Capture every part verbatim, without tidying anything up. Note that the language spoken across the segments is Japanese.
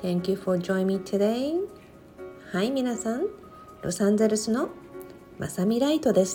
Thank you for joining me today. はい、皆さん、ロサンゼルスのまさみライトです。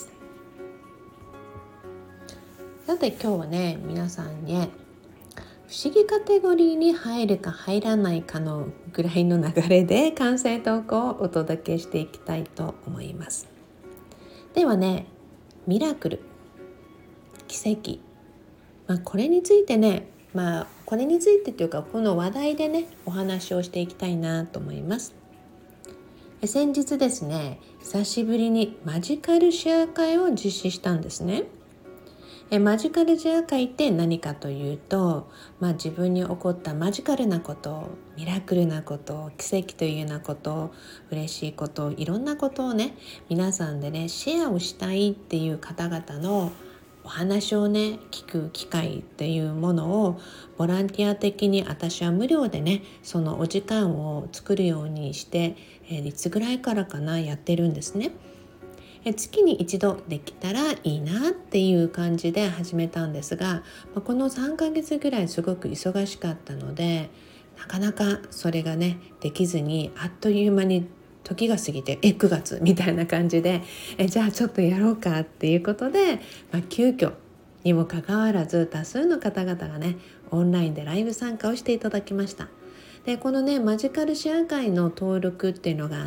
さて今日はね、皆さんね、不思議カテゴリーに入るか入らないかのぐらいの流れで感想投稿をお届けしていきたいと思います。ではね、ミラクル、奇跡、まあ、これについてね、まあこれについてというかこの話題でねお話をしていきたいなと思います。先日ですね、久しぶりにマジカルシェア会を実施したんですね。えマジカルシェア会って何かというと、まあ、自分に起こったマジカルなこと、ミラクルなこと、奇跡というようなこと、嬉しいこと、いろんなことをね皆さんでねシェアをしたいっていう方々のお話をね聞く機会っていうものをボランティア的に私は無料でねそのお時間を作るようにして、えー、いつぐらいからかなやってるんですね。え月に一度できたらいいなっていう感じで始めたんですが、このさんかげつぐらいすごく忙しかったのでなかなかそれがねできずに、あっという間に時が過ぎてえくがつみたいな感じでえじゃあちょっとやろうかっていうことで、まあ、急遽にもかかわらず多数の方々がねオンラインでライブ参加をしていただきました。でこのねマジカルシェア会の登録っていうのがあって、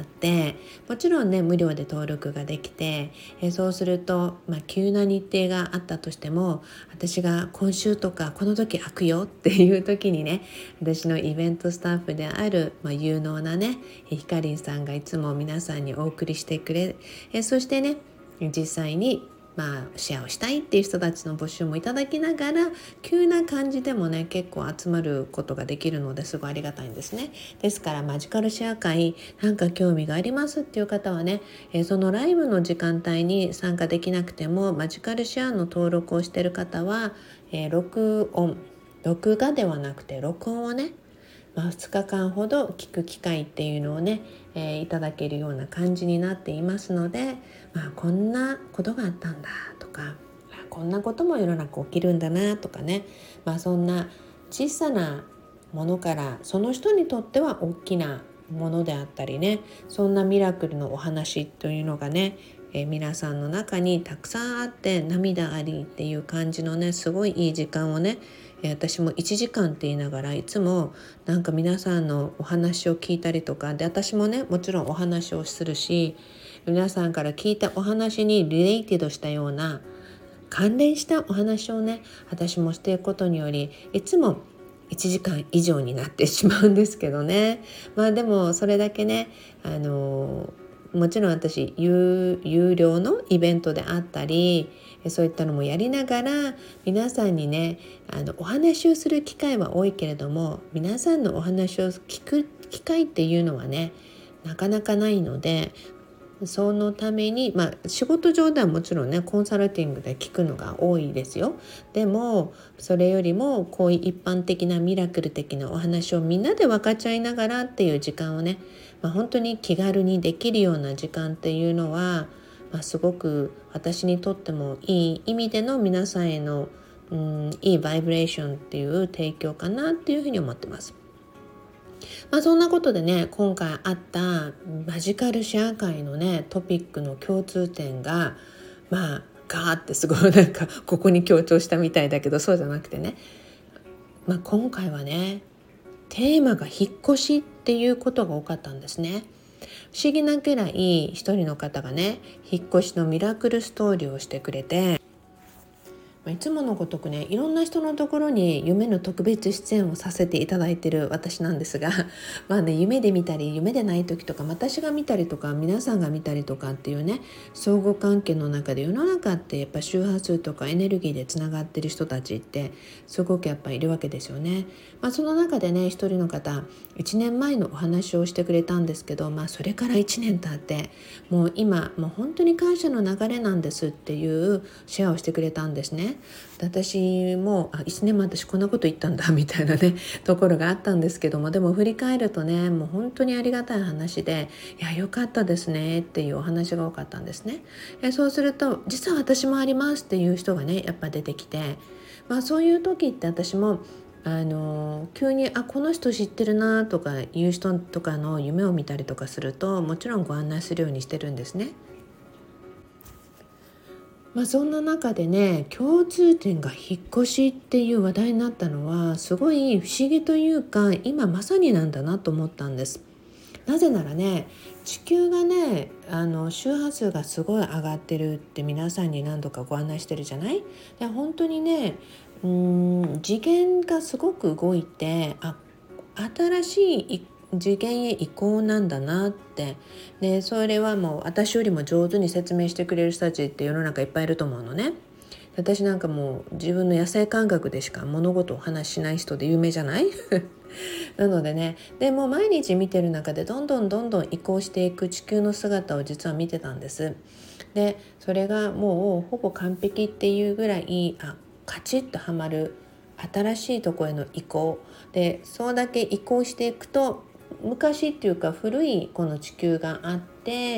もちろんね無料で登録ができて、えそうすると、まあ、急な日程があったとしても私が今週とかこの時空くよっていう時にね、私のイベントスタッフである、まあ、有能なねひかりんさんがいつも皆さんにお送りしてくれ、えそしてね実際にまあ、シェアをしたいっていう人たちの募集もいただきながら急な感じでもね結構集まることができるのですごいありがたいんですね。ですからマジカルシェア会なんか興味がありますっていう方はね、えー、そのライブの時間帯に参加できなくてもマジカルシェアの登録をしている方は、えー、録音録画ではなくて録音をねまあ、ふつかかんほど聞く機会っていうのをね、えー、いただけるような感じになっていますので、まあ、こんなことがあったんだとか、こんなことも世の中起きるんだなとかね、まあ、そんな小さなものからその人にとっては大きなものであったりね、そんなミラクルのお話というのがね、えー、皆さんの中にたくさんあって涙ありっていう感じのねすごいいい時間をね、えー、私もいちじかんって言いながらいつもなんか皆さんのお話を聞いたりとかで、私もねもちろんお話をするし、皆さんから聞いたお話にリレイティドしたような関連したお話をね私もしていくことによりいつもいちじかん以上になってしまうんですけどね。まあでもそれだけねあのもちろん私 有, 有料のイベントであったりそういったのもやりながら皆さんにねあのお話をする機会は多いけれども、皆さんのお話を聞く機会っていうのはねなかなかないので、そのために、まあ、仕事上ではもちろんねコンサルティングで聞くのが多いですよ。でもそれよりもこういう一般的なミラクル的なお話をみんなで分かち合いながらっていう時間をね、まあ、本当に気軽にできるような時間っていうのは、まあ、すごく私にとってもいい意味での皆さんへの、うん、いいバイブレーションっていう提供かなっていうふうに思ってます。まあ、そんなことでね今回あったマジカルシェア会のねトピックの共通点がまあガーってすごいなんかここに強調したみたいだけどそうじゃなくてね、まあ、今回はねテーマが引っ越しっていうことが多かったんですね。不思議なくらい一人の方がね引っ越しのミラクルストーリーをしてくれて、いつものごとくねいろんな人のところに夢の特別出演をさせていただいている私なんですがまあね夢で見たり夢でない時とか私が見たりとか皆さんが見たりとかっていうね相互関係の中で世の中ってやっぱ周波数とかエネルギーでつながってる人たちってすごくやっぱいるわけですよね。まあ、その中でね一人の方いちねんまえのお話をしてくれたんですけど、まあ、それからいちねん経ってもう今もう本当に感謝の流れなんですっていうシェアをしてくれたんですね。私もあいちねんまえ私こんなこと言ったんだみたいなねところがあったんですけども、でも振り返るとねもう本当にありがたい話で、いやよかったですねっていうお話が多かったんですね。えそうすると実は私もありますっていう人がねやっぱ出てきて、まあ、そういう時って私もあの急にあこの人知ってるなとかいう人とかの夢を見たりとかすると、もちろんご案内するようにしてるんですね。まあ、そんな中でね、共通点が引っ越しっていう話題になったのはすごい不思議というか、今まさになんだなと思ったんです。なぜならね、地球がね、あの周波数がすごい上がってるって皆さんに何度かご案内してるじゃない。で本当にね、うーん次元がすごく動いて、あ新しい次元へ移行なんだなって。でそれはもう私よりも上手に説明してくれる人たちって世の中いっぱいいると思うのね。私なんかもう自分の野生感覚でしか物事を話しない人で有名じゃないなのでね、でも毎日見てる中でどんどんどんどん移行していく地球の姿を実は見てたんです。でそれがもうほぼ完璧っていうぐらい、あカチッとはまる新しいところへの移行で、それだけ移行していくと、昔っていうか古いこの地球があって、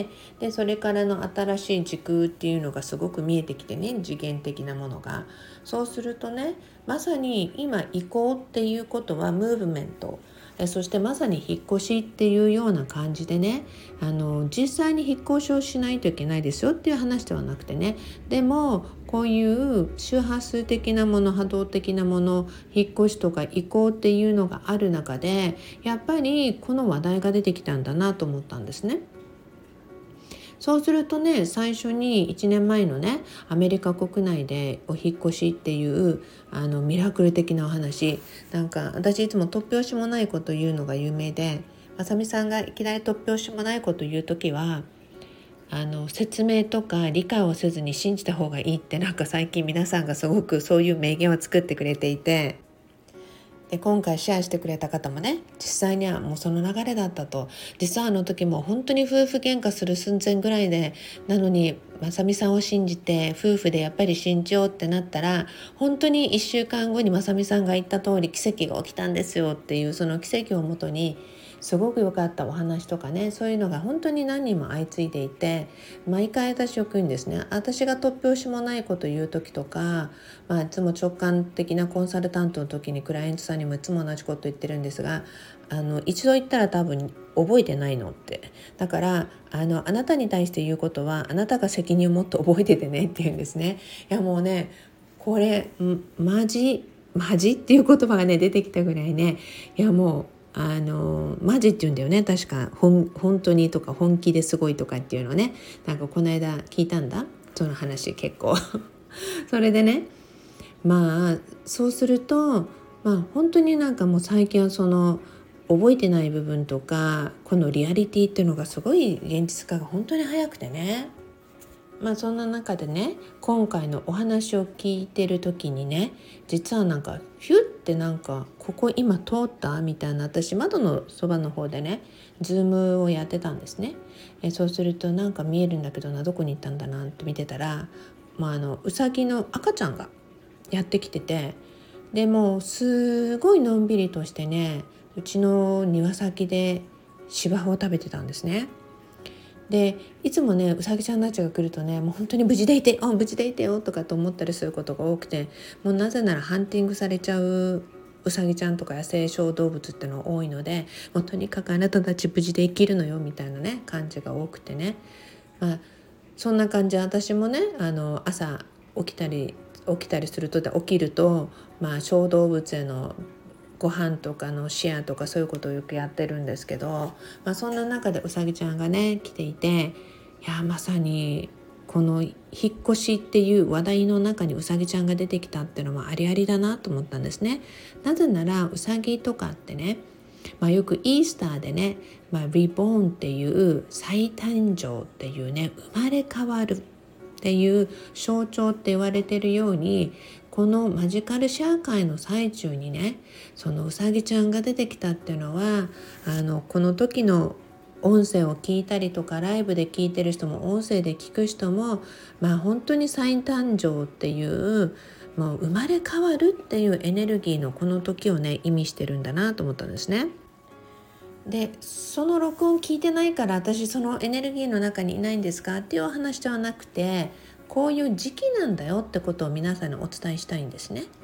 でそれからの新しい時空っていうのがすごく見えてきてね、次元的なものが。そうするとね、まさに今移行っていうことはムーブメント、そしてまさに引っ越しっていうような感じでね、あの実際に引っ越しをしないといけないですよっていう話ではなくてね、でもこういう周波数的なもの、波動的なもの、引っ越しとか移行っていうのがある中で、やっぱりこの話題が出てきたんだなと思ったんですね。そうするとね、最初にいちねんまえのね、アメリカ国内でお引っ越しっていうあのミラクル的なお話、なんか私いつも突拍子もないこと言うのが有名で、まさみさんがいきなり突拍子もないこと言うときは、あの説明とか理解をせずに信じた方がいいって、なんか最近皆さんがすごくそういう名言を作ってくれていて、で今回シェアしてくれた方もね、実際にはもうその流れだったと。実はあの時も本当に夫婦喧嘩する寸前ぐらいで、なのにまさみさんを信じて夫婦でやっぱり信じようってなったら、本当にいっしゅうかんごにまさみさんが言った通り奇跡が起きたんですよっていう、その奇跡をもとにすごく良かったお話とかね、そういうのが本当に何人も相次いでいて、毎回私よく言うんですね。私が突拍子もないこと言う時とか、まあ、いつも直感的なコンサルタントの時にクライアントさんにもいつも同じこと言ってるんですが、あの一度言ったら多分覚えてないのって。だからあのあなたに対して言うことはあなたが責任を持って覚えててねって言うんですね。いやもうね、これマジマジっていう言葉がね出てきたぐらいね、いやもうあのマジって言うんだよね、確か。本当にとか本気ですごいとかっていうのをね、なんかこの間聞いたんだ、その話結構それでね、まあそうすると、まあ本当になんかもう最近はその覚えてない部分とか、このリアリティっていうのがすごい現実化が本当に早くてね。まあそんな中でね、今回のお話を聞いてる時にね、実はなんかヒュッてなんかここ今通ったみたいな、私窓のそばの方でねズームをやってたんですね。えそうするとなんか見えるんだけどな、どこに行ったんだなって見てたら、まあ、あのうさぎの赤ちゃんがやってきてて、でもうすごいのんびりとしてね、うちの庭先で芝生を食べてたんですね。でいつもねうさぎちゃんたちが来るとね、もう本当に無事でいてあ無事でいてよとかと思ったりすることが多くて、もうなぜならハンティングされちゃううさぎちゃんとか野生小動物ってのが多いので、もうとにかくあなたたち無事で生きるのよみたいなね感じが多くてね、まあそんな感じで私もね、あの朝起きたり起きたりすると、起きると、まあ、小動物へのご飯とかのシェアとかそういうことをよくやってるんですけど、まあ、そんな中でうさぎちゃんがね来ていて、いやまさにこの引っ越しっていう話題の中にうさぎちゃんが出てきたっていうのもありありだなと思ったんですね。なぜならうさぎとかってね、まあ、よくイースターでね、まあ、リボーンっていう再誕生っていうね、生まれ変わるっていう象徴って言われてるように、このマジカルシェア会の最中にね、そのうさぎちゃんが出てきたっていうのは、あのこの時の音声を聞いたりとかライブで聞いてる人も音声で聞く人も、まあ本当に再誕生っていうもう生まれ変わるっていうエネルギーのこの時をね意味してるんだなと思ったんですね。でその録音聞いてないから私そのエネルギーの中にいないんですかっていうお話ではなくて、こういう時期なんだよってことを皆さんにお伝えしたいんですね。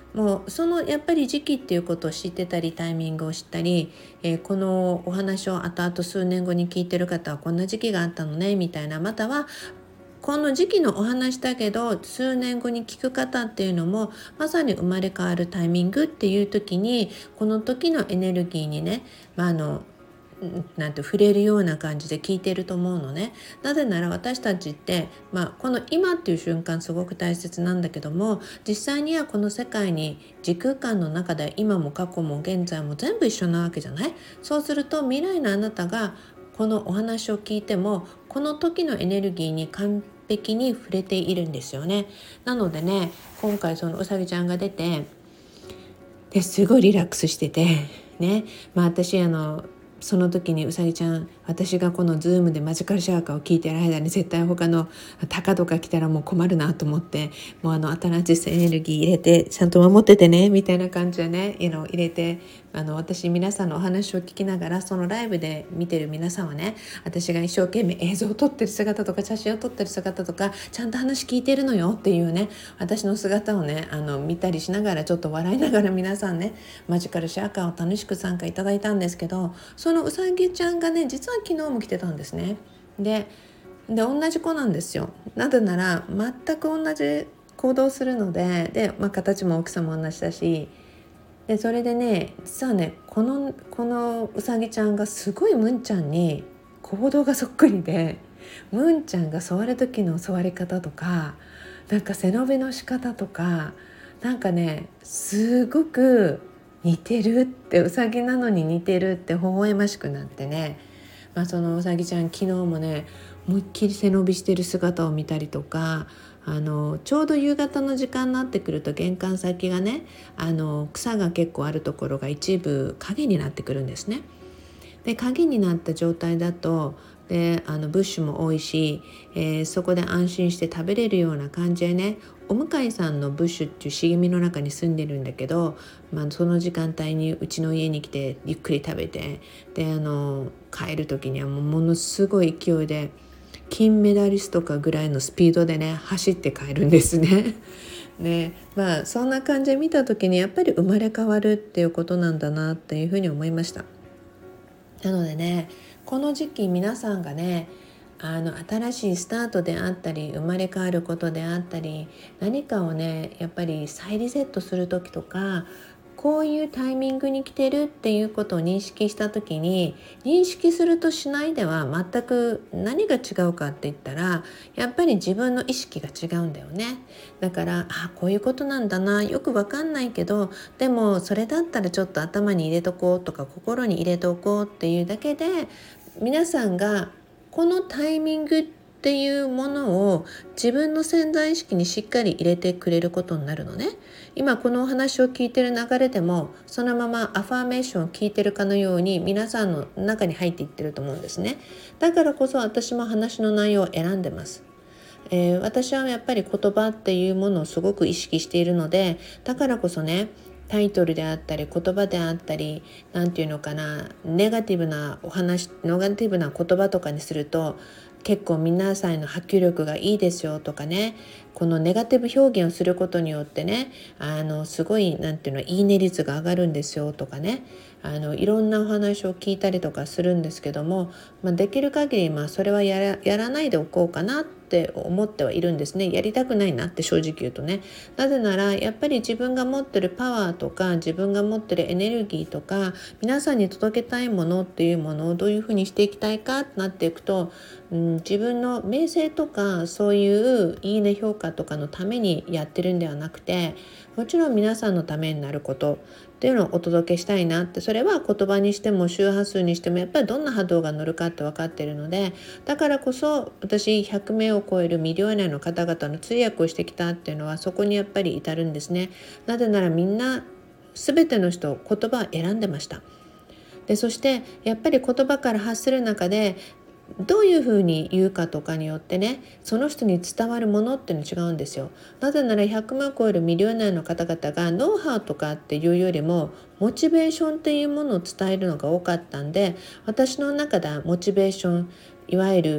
もうそのやっぱり時期っていうことを知ってたりタイミングを知ったり、えーこのお話を後々数年後に聞いてる方はこんな時期があったのねみたいな、またはこの時期のお話だけど数年後に聞く方っていうのもまさに生まれ変わるタイミングっていう時に、この時のエネルギーにね、まあ、あのなんて触れるような感じで聞いてると思うのね。なぜなら私たちって、まあ、この今っていう瞬間すごく大切なんだけども、実際にはこの世界に時空間の中で今も過去も現在も全部一緒なわけじゃない。そうすると未来のあなたがこのお話を聞いてもこの時のエネルギーに完璧に触れているんですよね。なのでね、今回そのうさぎちゃんが出てですごいリラックスしててね、まあ私あのその時にうさぎちゃん、私がこのズームでマジカルシャーカーを聞いてる間に絶対他のタカとか来たらもう困るなと思って、もうあの新しいエネルギー入れてちゃんと守っててねみたいな感じでね、you know、入れて、あの私皆さんのお話を聞きながら、そのライブで見てる皆さんはね、私が一生懸命映像を撮ってる姿とか写真を撮ってる姿とかちゃんと話聞いてるのよっていうね、私の姿をねあの見たりしながらちょっと笑いながら皆さんねマジカルシャーカーを楽しく参加いただいたんですけど、そのうさぎちゃんがね実は昨日も来てたんですね。でで同じ子なんですよ。なぜなら全く同じ行動するので、で、まあ、形も大きさも同じだし、でそれでね実はねこのこのうさぎちゃんがすごいむんちゃんに行動がそっくりで、むんちゃんが座る時の座り方とか、なんか背伸びの仕方とか、なんかねすごく似てるって、うさぎなのに似てるって微笑ましくなってね、まあ、そのうさぎちゃん昨日もね思いっきり背伸びしてる姿を見たりとか、あのちょうど夕方の時間になってくると玄関先がね、あの草が結構あるところが一部影になってくるんですね。で影になった状態だとであのブッシュも多いし、えーそこで安心して食べれるような感じでね、お向かいさんのブッシュっていう茂みの中に住んでるんだけど、まあ、その時間帯にうちの家に来てゆっくり食べて、であの帰る時にはもうものすごい勢いで金メダリストかぐらいのスピードでね走って帰るんですね。ね、まあそんな感じで見た時にやっぱり生まれ変わるっていうことなんだなっていうふうに思いました。なのでね、この時期皆さんがねあの新しいスタートであったり生まれ変わることであったり、何かをねやっぱり再リセットする時とか、こういうタイミングに来てるっていうことを認識した時に、認識するとしないでは全く何が違うかって言ったら、やっぱり自分の意識が違うんだよね。だからあこういうことなんだな、よくわかんないけどでもそれだったらちょっと頭に入れとこうとか心に入れとこうっていうだけで、皆さんがこのタイミングっていうものを自分の潜在意識にしっかり入れてくれることになるのね。今このお話を聞いてる流れでもそのままアファーメーションを聞いてるかのように皆さんの中に入っていってると思うんですね。だからこそ私も話の内容を選んでます。えー私はやっぱり言葉っていうものをすごく意識しているので、だからこそねタイトルであったり言葉であったり、なんていうのかな、ネガティブなお話、ネガティブな言葉とかにすると結構皆さんの波及力がいいですよとかね、このネガティブ表現をすることによってね、あのすごいなんていうのいいね率が上がるんですよとかね、あのいろんなお話を聞いたりとかするんですけども、まあ、できる限りまあそれはやら、やらないでおこうかなって思ってはいるんですね。やりたくないなって正直言うとね。なぜならやっぱり自分が持ってるパワーとか自分が持ってるエネルギーとか皆さんに届けたいものっていうものをどういうふうにしていきたいかってなっていくと、うん、自分の名声とかそういういいね評価とかのためにやってるんではなくて、もちろん皆さんのためになることっていうのをお届けしたいなって、それは言葉にしても周波数にしてもやっぱりどんな波動が乗るかって分かっているので、だからこそ私ひゃくめいを超えるミリオネアの方々の通訳をしてきたっていうのはそこにやっぱり至るんですね。なぜならみんな全ての人言葉を選んでました。でそしてやっぱり言葉から発する中でどういうふうに言うかとかによってね、その人に伝わるものっていうの違うんですよ。なぜならひゃくまんを超えるミリオネアの方々がノウハウとかっていうよりもモチベーションっていうものを伝えるのが多かったんで、私の中ではモチベーション、いわゆる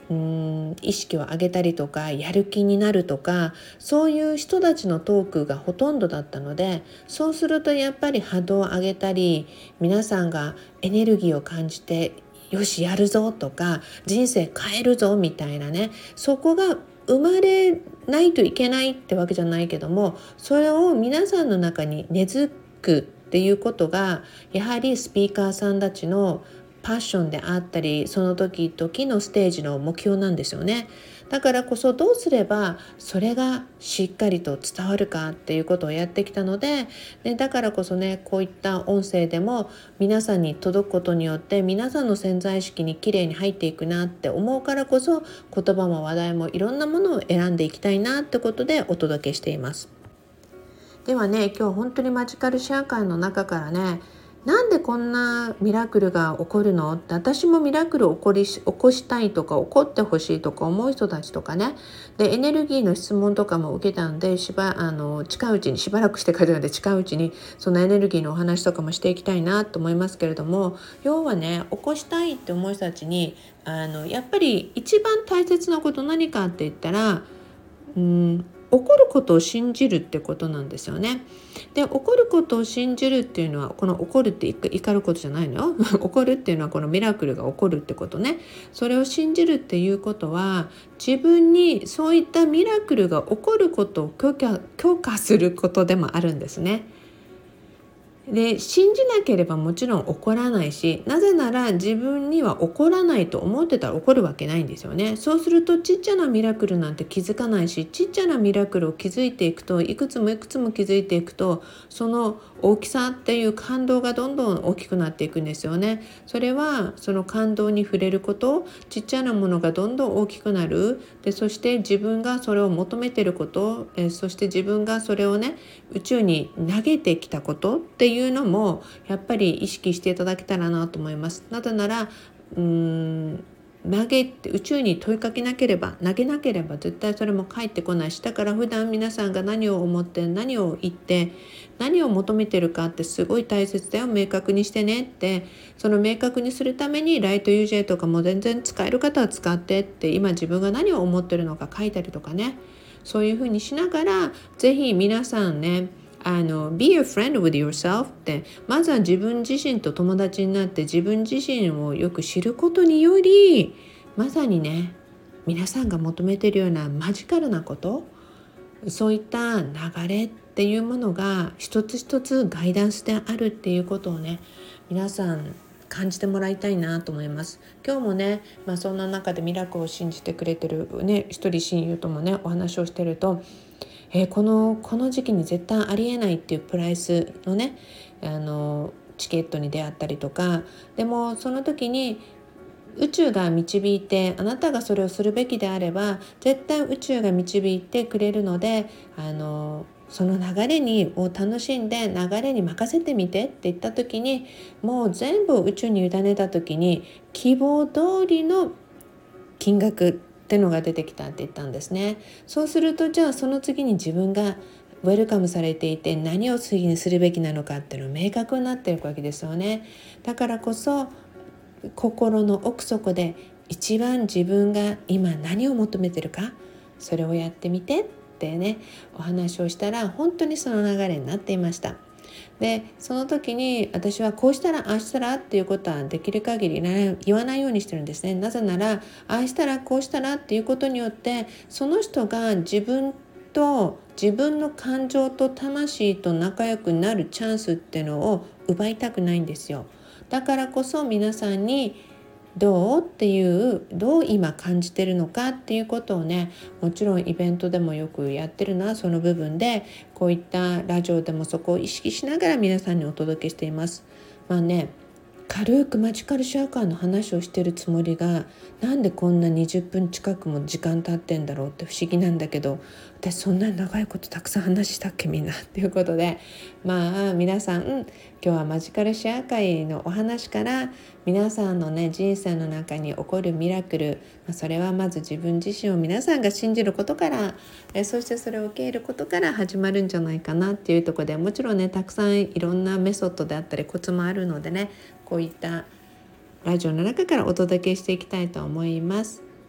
うーん意識を上げたりとかやる気になるとか、そういう人たちのトークがほとんどだったので、そうするとやっぱり波動を上げたり、皆さんがエネルギーを感じてよしやるぞとか人生変えるぞみたいなね、そこが生まれないといけないってわけじゃないけども、それを皆さんの中に根付くっていうことがやはりスピーカーさんたちのパッションであったり、その時々のステージの目標なんですよね。だからこそどうすればそれがしっかりと伝わるかっていうことをやってきたので、ね、だからこそね、こういった音声でも皆さんに届くことによって皆さんの潜在意識にきれいに入っていくなって思うからこそ、言葉も話題もいろんなものを選んでいきたいなってことでお届けしています。ではね、今日本当にマジカルシェア会の中からね、なんでこんなミラクルが起こるのって、私もミラクルを起こりし起こしたいとか起こってほしいとか思う人たちとかね、でエネルギーの質問とかも受けたんで、しばあの近いうちにしばらくしてからので近いうちにそのエネルギーのお話とかもしていきたいなと思いますけれども、要はね、起こしたいって思う人たちにあのやっぱり一番大切なこと何かって言ったら、うん起こることを信じるってことなんですよね。で、起こることを信じるっていうのは、この起こるって怒ることじゃないのよ起こるっていうのはこのミラクルが起こるってことね。それを信じるっていうことは、自分にそういったミラクルが起こることを許可、許可することでもあるんですね。で、信じなければもちろん起こらないし、なぜなら自分には起こらないと思ってたら起こるわけないんですよね。そうするとちっちゃなミラクルなんて気づかないし、ちっちゃなミラクルを気づいていくと、いくつもいくつも気づいていくと、その大きさっていう感動がどんどん大きくなっていくんですよね。それはその感動に触れること、ちっちゃなものがどんどん大きくなる。で、そして自分がそれを求めていること、えそして自分がそれをね、宇宙に投げてきたことっていうのもやっぱり意識していただけたらなと思います。なぜならうーん投げて宇宙に問いかけなければ、投げなければ絶対それも返ってこないし、だから普段皆さんが何を思って何を言って何を求めてるかってすごい大切だよ、明確にしてねって。その明確にするためにライト ユージェー とかも全然使える方は使ってって、今自分が何を思ってるのか書いたりとかね、そういうふうにしながら、ぜひ皆さんね、あの Be a friend with yourself って、まずは自分自身と友達になって自分自身をよく知ることにより、まさにね、皆さんが求めているようなマジカルなこと、そういった流れっていうものが一つ一つガイダンスであるっていうことをね、皆さん感じてもらいたいなと思います。今日もね、まあ、そんな中でミラクルを信じてくれてるね、一人親友ともねお話をしてると、えー、このこの時期に絶対ありえないっていうプライスのね、あのチケットに出会ったりとか、でもその時に宇宙が導いて、あなたがそれをするべきであれば絶対宇宙が導いてくれるので、あのその流れにを楽しんで流れに任せてみてって言った時に、もう全部宇宙に委ねた時に希望通りの金額ってのが出てきたって言ったんですね。そうすると、じゃあその次に自分がウェルカムされていて何を次にするべきなのかっていうのが明確になっているわけですよね。だからこそ心の奥底で一番自分が今何を求めてるか、それをやってみてってねお話をしたら、本当にその流れになっていました。で、その時に私はこうしたらああしたらっていうことはできる限り言わないようにしてるんですね。なぜなら、ああしたらこうしたらっていうことによってその人が自分と自分の感情と魂と仲良くなるチャンスっていうのを奪いたくないんですよ。だからこそ皆さんにどうっていう、どう今感じてるのかっていうことをね、もちろんイベントでもよくやってるのはその部分で、こういったラジオでもそこを意識しながら皆さんにお届けしています。まあね、軽くマジカルシェアカーの話をしてるつもりが、なんでこんなにじゅっぷん近くも時間経ってんだろうって不思議なんだけど、私そんな長いことたくさん話したっけみんなっていうことで、まあ皆さん、今日はマジカルシェア会のお話から皆さんのね人生の中に起こるミラクル、それはまず自分自身を皆さんが信じることから、えそしてそれを受け入れることから始まるんじゃないかなっていうところで、もちろんねたくさんいろんなメソッドであったりコツもあるのでね、こういったラジオの中からお届けしていきたいと思います。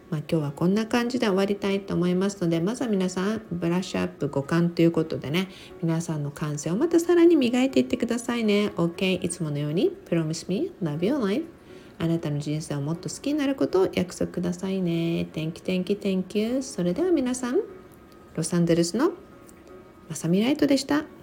まあ、今日はこんな感じで終わりたいと思いますので、まずは皆さんブラッシュアップ五感ということでね、皆さんの感性をまたさらに磨いていってくださいね。 OK、 いつものように Promise me love your life、 あなたの人生をもっと好きになることを約束くださいね。 Thank you, thank you, thank you。 それでは皆さん、ロサンゼルスのまさみライトでした。